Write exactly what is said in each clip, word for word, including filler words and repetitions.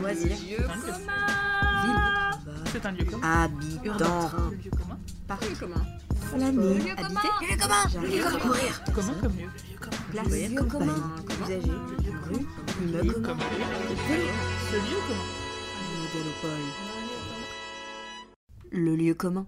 Loisirs. Lieu commun. C'est un lieu commun. Habitant. Le lieu commun. Parc. Lieu commun. Flâner. Lieu Habiter. Lieu commun. Jardin. Courir. Comment comme lieu Lieu commun. Place. Lieu Campagne. commun. Usager. Rue. Immeuble. Lieu commun. Vélo. Ce lieu commun. Mégalopole. Le lieu commun.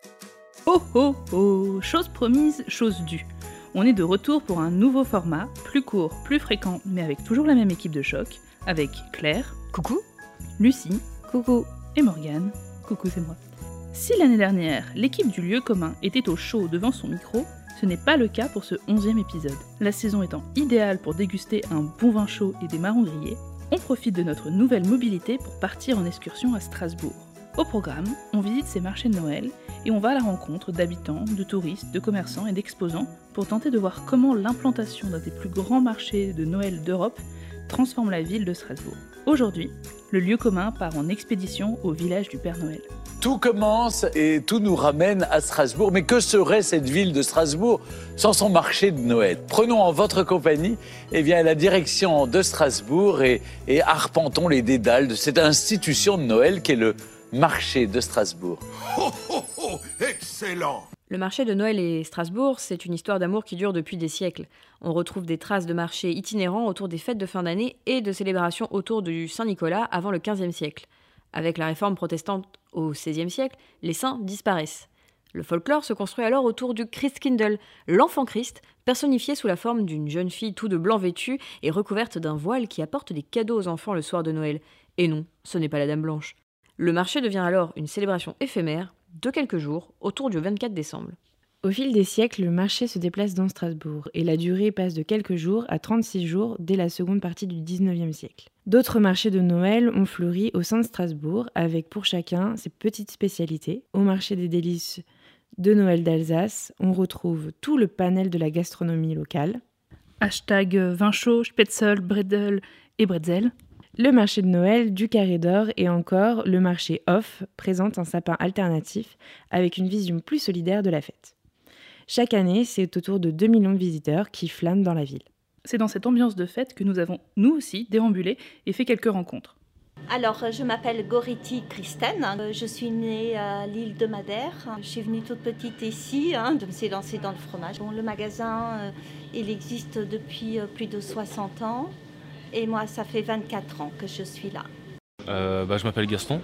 Oh oh oh, chose promise, chose due. On est de retour pour un nouveau format, plus court, plus fréquent, mais avec toujours la même équipe de choc, avec Claire, Coucou. Lucie Coucou. et Morgane. Coucou, c'est moi. Si l'année dernière, l'équipe du lieu commun était au chaud devant son micro, ce n'est pas le cas pour ce onzième épisode. La saison étant idéale pour déguster un bon vin chaud et des marrons grillés, on profite de notre nouvelle mobilité pour partir en excursion à Strasbourg. Au programme, on visite ces marchés de Noël et on va à la rencontre d'habitants, de touristes, de commerçants et d'exposants pour tenter de voir comment l'implantation d'un des plus grands marchés de Noël d'Europe transforme la ville de Strasbourg. Aujourd'hui, le lieu commun part en expédition au village du Père Noël. Tout commence et tout nous ramène à Strasbourg. Mais que serait cette ville de Strasbourg sans son marché de Noël? Prenons en votre compagnie eh bien, la direction de Strasbourg et, et arpentons les dédales de cette institution de Noël qu'est le marché de Strasbourg. Oh, oh, oh, excellent! Le marché de Noël et Strasbourg, c'est une histoire d'amour qui dure depuis des siècles. On retrouve des traces de marchés itinérants autour des fêtes de fin d'année et de célébrations autour du Saint-Nicolas avant le quinzième siècle. Avec la réforme protestante au seizième siècle, les saints disparaissent. Le folklore se construit alors autour du Christkindl, l'enfant Christ, personnifié sous la forme d'une jeune fille tout de blanc vêtue et recouverte d'un voile qui apporte des cadeaux aux enfants le soir de Noël. Et non, ce n'est pas la Dame Blanche. Le marché devient alors une célébration éphémère de quelques jours, autour du vingt-quatre décembre. Au fil des siècles, le marché se déplace dans Strasbourg et la durée passe de quelques jours à trente-six jours dès la seconde partie du dix-neuvième siècle. D'autres marchés de Noël ont fleuri au sein de Strasbourg avec pour chacun ses petites spécialités. Au marché des délices de Noël d'Alsace, on retrouve tout le panel de la gastronomie locale. Hashtag vin chaud, spätzle, bredel et bretzel. Le marché de Noël du Carré d'Or et encore le marché Off présente un sapin alternatif avec une vision plus solidaire de la fête. Chaque année, c'est autour de deux millions de visiteurs qui flânent dans la ville. C'est dans cette ambiance de fête que nous avons, nous aussi, déambulé et fait quelques rencontres. Alors, je m'appelle Goriti Kristen, je suis née à l'île de Madère. Je suis venue toute petite ici, hein, je me suis lancée dans le fromage. Bon, le magasin, il existe depuis plus de soixante ans. Et moi, ça fait vingt-quatre ans que je suis là. Euh, bah, je m'appelle Gaston.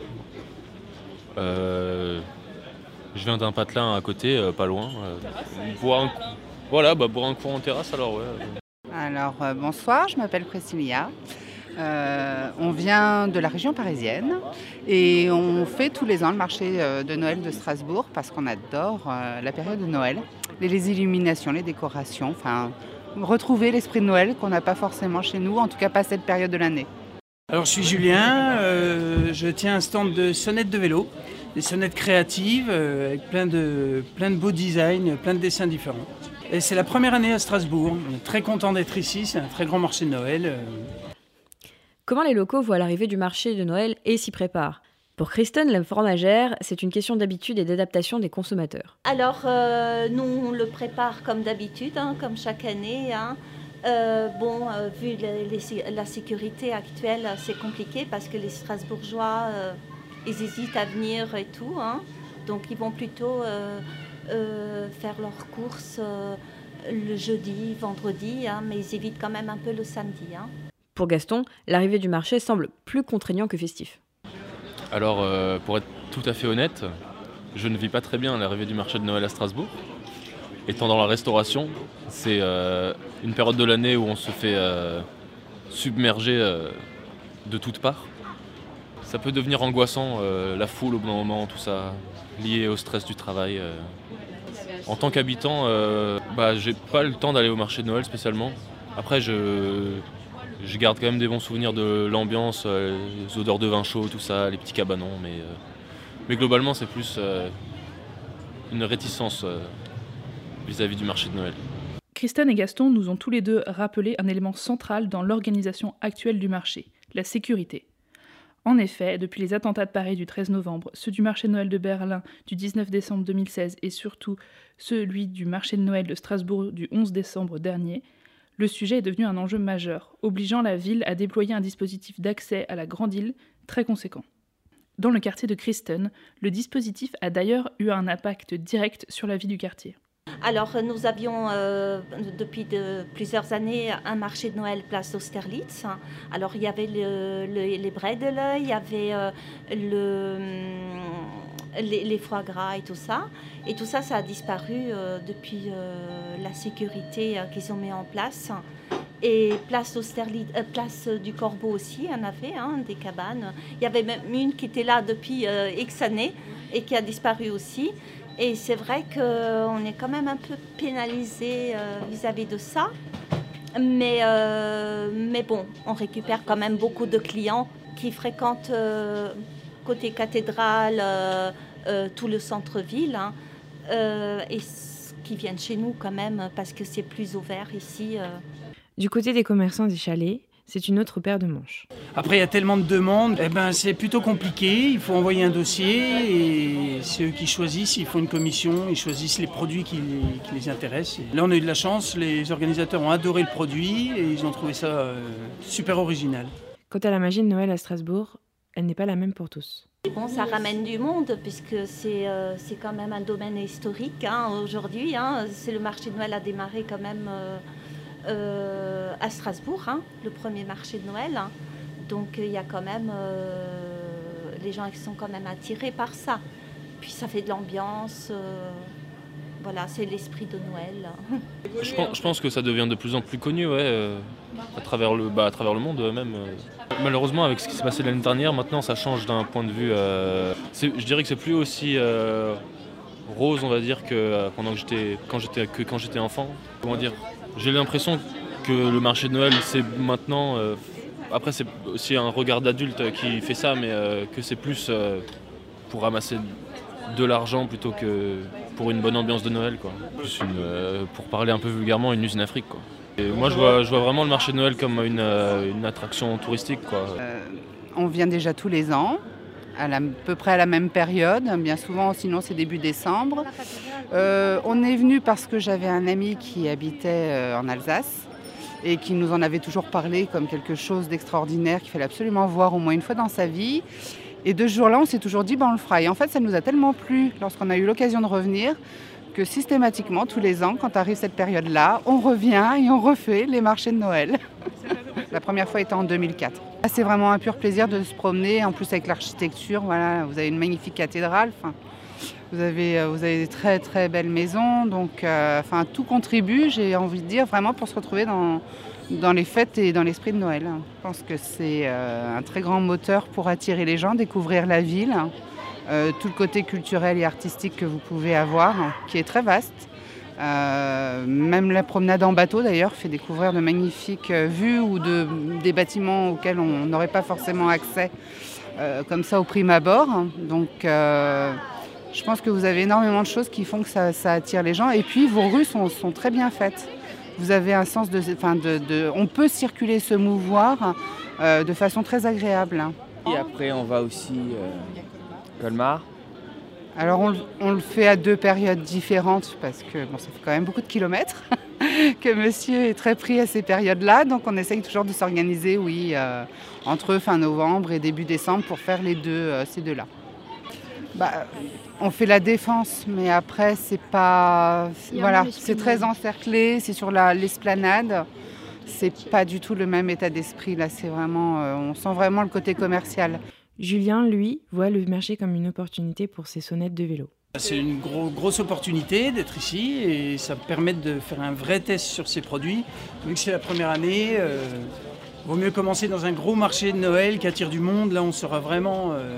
Euh, je viens d'un patelin à côté, euh, pas loin. Euh, boire un coup. Voilà, bah, boire un coup en terrasse alors, ouais. Alors, euh, bonsoir, je m'appelle Priscilla. Euh, on vient de la région parisienne et on fait tous les ans le marché de Noël de Strasbourg parce qu'on adore euh, la période de Noël. Les, les illuminations, les décorations, enfin... retrouver l'esprit de Noël qu'on n'a pas forcément chez nous, en tout cas pas cette période de l'année. Alors je suis Julien, euh, je tiens un stand de sonnettes de vélo, des sonnettes créatives euh, avec plein de, plein de beaux designs, plein de dessins différents. Et c'est la première année à Strasbourg, on est très content d'être ici, c'est un très grand marché de Noël. Euh. Comment les locaux voient l'arrivée du marché de Noël et s'y préparent ? Pour Kristen, la fromagère, c'est une question d'habitude et d'adaptation des consommateurs. Alors, euh, nous, on le prépare comme d'habitude, hein, comme chaque année. Hein. Euh, bon, euh, vu les, les, la sécurité actuelle, c'est compliqué parce que les Strasbourgeois, euh, ils hésitent à venir et tout. Hein. Donc, ils vont plutôt euh, euh, faire leurs courses euh, le jeudi, vendredi, hein, mais ils évitent quand même un peu le samedi. Hein. Pour Gaston, l'arrivée du marché semble plus contraignant que festif. Alors, euh, pour être tout à fait honnête, je ne vis pas très bien l'arrivée du marché de Noël à Strasbourg. Étant dans la restauration, c'est euh, une période de l'année où on se fait euh, submerger euh, de toutes parts. Ça peut devenir angoissant, euh, la foule au bon moment, tout ça, lié au stress du travail. Euh. En tant qu'habitant, euh, bah, j'ai pas le temps d'aller au marché de Noël spécialement. Après, je... Je garde quand même des bons souvenirs de l'ambiance, euh, les odeurs de vin chaud, tout ça, les petits cabanons, mais, euh, mais globalement c'est plus euh, une réticence euh, vis-à-vis du marché de Noël. Kristen et Gaston nous ont tous les deux rappelé un élément central dans l'organisation actuelle du marché, la sécurité. En effet, depuis les attentats de Paris du treize novembre, ceux du marché de Noël de Berlin du dix-neuf décembre deux mille seize et surtout celui du marché de Noël de Strasbourg du onze décembre dernier, le sujet est devenu un enjeu majeur, obligeant la ville à déployer un dispositif d'accès à la Grande Île très conséquent. Dans le quartier de Kristen, le dispositif a d'ailleurs eu un impact direct sur la vie du quartier. Alors, nous avions euh, depuis de, plusieurs années un marché de Noël place d'Austerlitz. Alors, il y avait le, le, les bredel, il y avait euh, le, les, les foie gras et tout ça. Et tout ça, ça a disparu euh, depuis euh, la sécurité euh, qu'ils ont mis en place. Et place d'Austerlitz, euh, place du Corbeau aussi, il y en avait hein, des cabanes. Il y avait même une qui était là depuis euh, X années et qui a disparu aussi. Et c'est vrai qu'on est quand même un peu pénalisé euh, vis-à-vis de ça. Mais, euh, mais bon, on récupère quand même beaucoup de clients qui fréquentent euh, côté cathédrale, euh, euh, tout le centre-ville. Hein, euh, et qui viennent chez nous quand même parce que c'est plus ouvert ici. Euh. Du côté des commerçants des chalets, c'est une autre paire de manches. Après, il y a tellement de demandes, eh ben, c'est plutôt compliqué. Il faut envoyer un dossier et c'est eux qui choisissent. Ils font une commission, ils choisissent les produits qui les, qui les intéressent. Et là, on a eu de la chance. Les organisateurs ont adoré le produit et ils ont trouvé ça euh, super original. Quant à la magie de Noël à Strasbourg, elle n'est pas la même pour tous. Bon, ça ramène du monde puisque c'est, euh, c'est quand même un domaine historique hein, aujourd'hui. Hein. C'est le marché de Noël a démarré quand même... Euh, Euh, à Strasbourg, hein, le premier marché de Noël. Hein. Donc il y a quand même euh, les gens qui sont quand même attirés par ça. Puis ça fait de l'ambiance. Euh, voilà, c'est l'esprit de Noël. Je pense, je pense que ça devient de plus en plus connu, ouais, euh, à travers le, bah, à travers le monde même. Euh. Malheureusement, avec ce qui s'est passé l'année dernière, maintenant ça change d'un point de vue. Euh, c'est, je dirais que c'est plus aussi euh, rose, on va dire, que euh, pendant que j'étais, quand j'étais, que quand j'étais enfant. Comment dire? J'ai l'impression que le marché de Noël, c'est maintenant... Euh, après, c'est aussi un regard d'adulte qui fait ça, mais euh, que c'est plus euh, pour ramasser de l'argent plutôt que pour une bonne ambiance de Noël, quoi. Plus une, euh, pour parler un peu vulgairement, une usine Afrique, quoi. Et moi, je vois, je vois vraiment le marché de Noël comme une, euh, une attraction touristique, quoi. Euh, on vient déjà tous les ans. À, la, à peu près à la même période, bien souvent, sinon c'est début décembre. Euh, on est venu parce que j'avais un ami qui habitait euh, en Alsace et qui nous en avait toujours parlé comme quelque chose d'extraordinaire qu'il fallait absolument voir au moins une fois dans sa vie. Et de ce jour-là, on s'est toujours dit, ben, on le fera. Et en fait, ça nous a tellement plu lorsqu'on a eu l'occasion de revenir que systématiquement, tous les ans, quand arrive cette période-là, on revient et on refait les marchés de Noël. La première fois était en deux mille quatre. C'est vraiment un pur plaisir de se promener, en plus avec l'architecture, voilà, vous avez une magnifique cathédrale, enfin, vous avez, vous avez des très très belles maisons, donc euh, enfin, tout contribue, j'ai envie de dire, vraiment pour se retrouver dans, dans les fêtes et dans l'esprit de Noël. Je pense que c'est euh, un très grand moteur pour attirer les gens, découvrir la ville, euh, tout le côté culturel et artistique que vous pouvez avoir, qui est très vaste. Euh, même la promenade en bateau d'ailleurs fait découvrir de magnifiques euh, vues ou de, des bâtiments auxquels on n'aurait pas forcément accès euh, comme ça au prime abord. Donc euh, je pense que vous avez énormément de choses qui font que ça, ça attire les gens. Et puis vos rues sont, sont très bien faites. Vous avez un sens de, enfin de, de on peut circuler, se mouvoir euh, de façon très agréable. Et après on va aussi euh, Colmar. Alors on, on le fait à deux périodes différentes parce que bon, ça fait quand même beaucoup de kilomètres que monsieur est très pris à ces périodes-là. Donc on essaye toujours de s'organiser, oui, euh, entre fin novembre et début décembre pour faire les deux, euh, ces deux-là. Bah, on fait la Défense, mais après c'est pas, voilà, c'est très encerclé, c'est sur la, l'esplanade. C'est pas du tout le même état d'esprit là. C'est vraiment, euh, on sent vraiment le côté commercial. Julien, lui, voit le marché comme une opportunité pour ses sonnettes de vélo. C'est une gros, grosse opportunité d'être ici et ça permet de faire un vrai test sur ces produits. Vu que c'est la première année, euh, vaut mieux commencer dans un gros marché de Noël qui attire du monde. Là, on saura vraiment euh,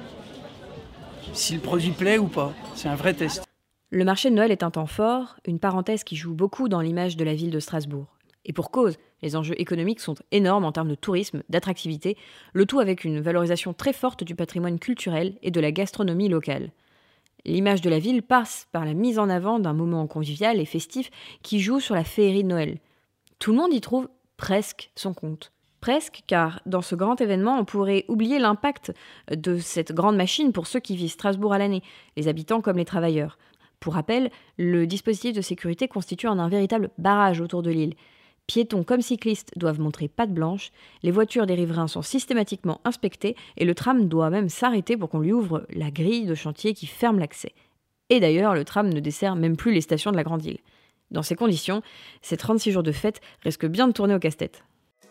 si le produit plaît ou pas. C'est un vrai test. Le marché de Noël est un temps fort, une parenthèse qui joue beaucoup dans l'image de la ville de Strasbourg. Et pour cause, les enjeux économiques sont énormes en termes de tourisme, d'attractivité, le tout avec une valorisation très forte du patrimoine culturel et de la gastronomie locale. L'image de la ville passe par la mise en avant d'un moment convivial et festif qui joue sur la féerie de Noël. Tout le monde y trouve presque son compte. Presque, car dans ce grand événement, on pourrait oublier l'impact de cette grande machine pour ceux qui vivent Strasbourg à l'année, les habitants comme les travailleurs. Pour rappel, le dispositif de sécurité constitue un, un véritable barrage autour de l'île. Piétons comme cyclistes doivent montrer patte blanche, les voitures des riverains sont systématiquement inspectées et le tram doit même s'arrêter pour qu'on lui ouvre la grille de chantier qui ferme l'accès. Et d'ailleurs, le tram ne dessert même plus les stations de la Grande Île. Dans ces conditions, ces trente-six jours de fête risquent bien de tourner au casse-tête.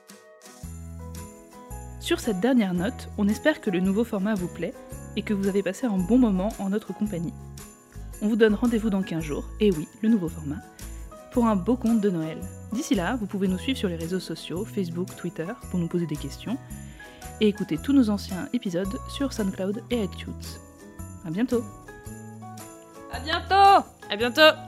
Sur cette dernière note, on espère que le nouveau format vous plaît et que vous avez passé un bon moment en notre compagnie. On vous donne rendez-vous dans quinze jours, et oui, le nouveau format, pour un beau conte de Noël. D'ici là, vous pouvez nous suivre sur les réseaux sociaux, Facebook, Twitter, pour nous poser des questions, et écouter tous nos anciens épisodes sur SoundCloud et iTunes. À bientôt! À bientôt! À bientôt!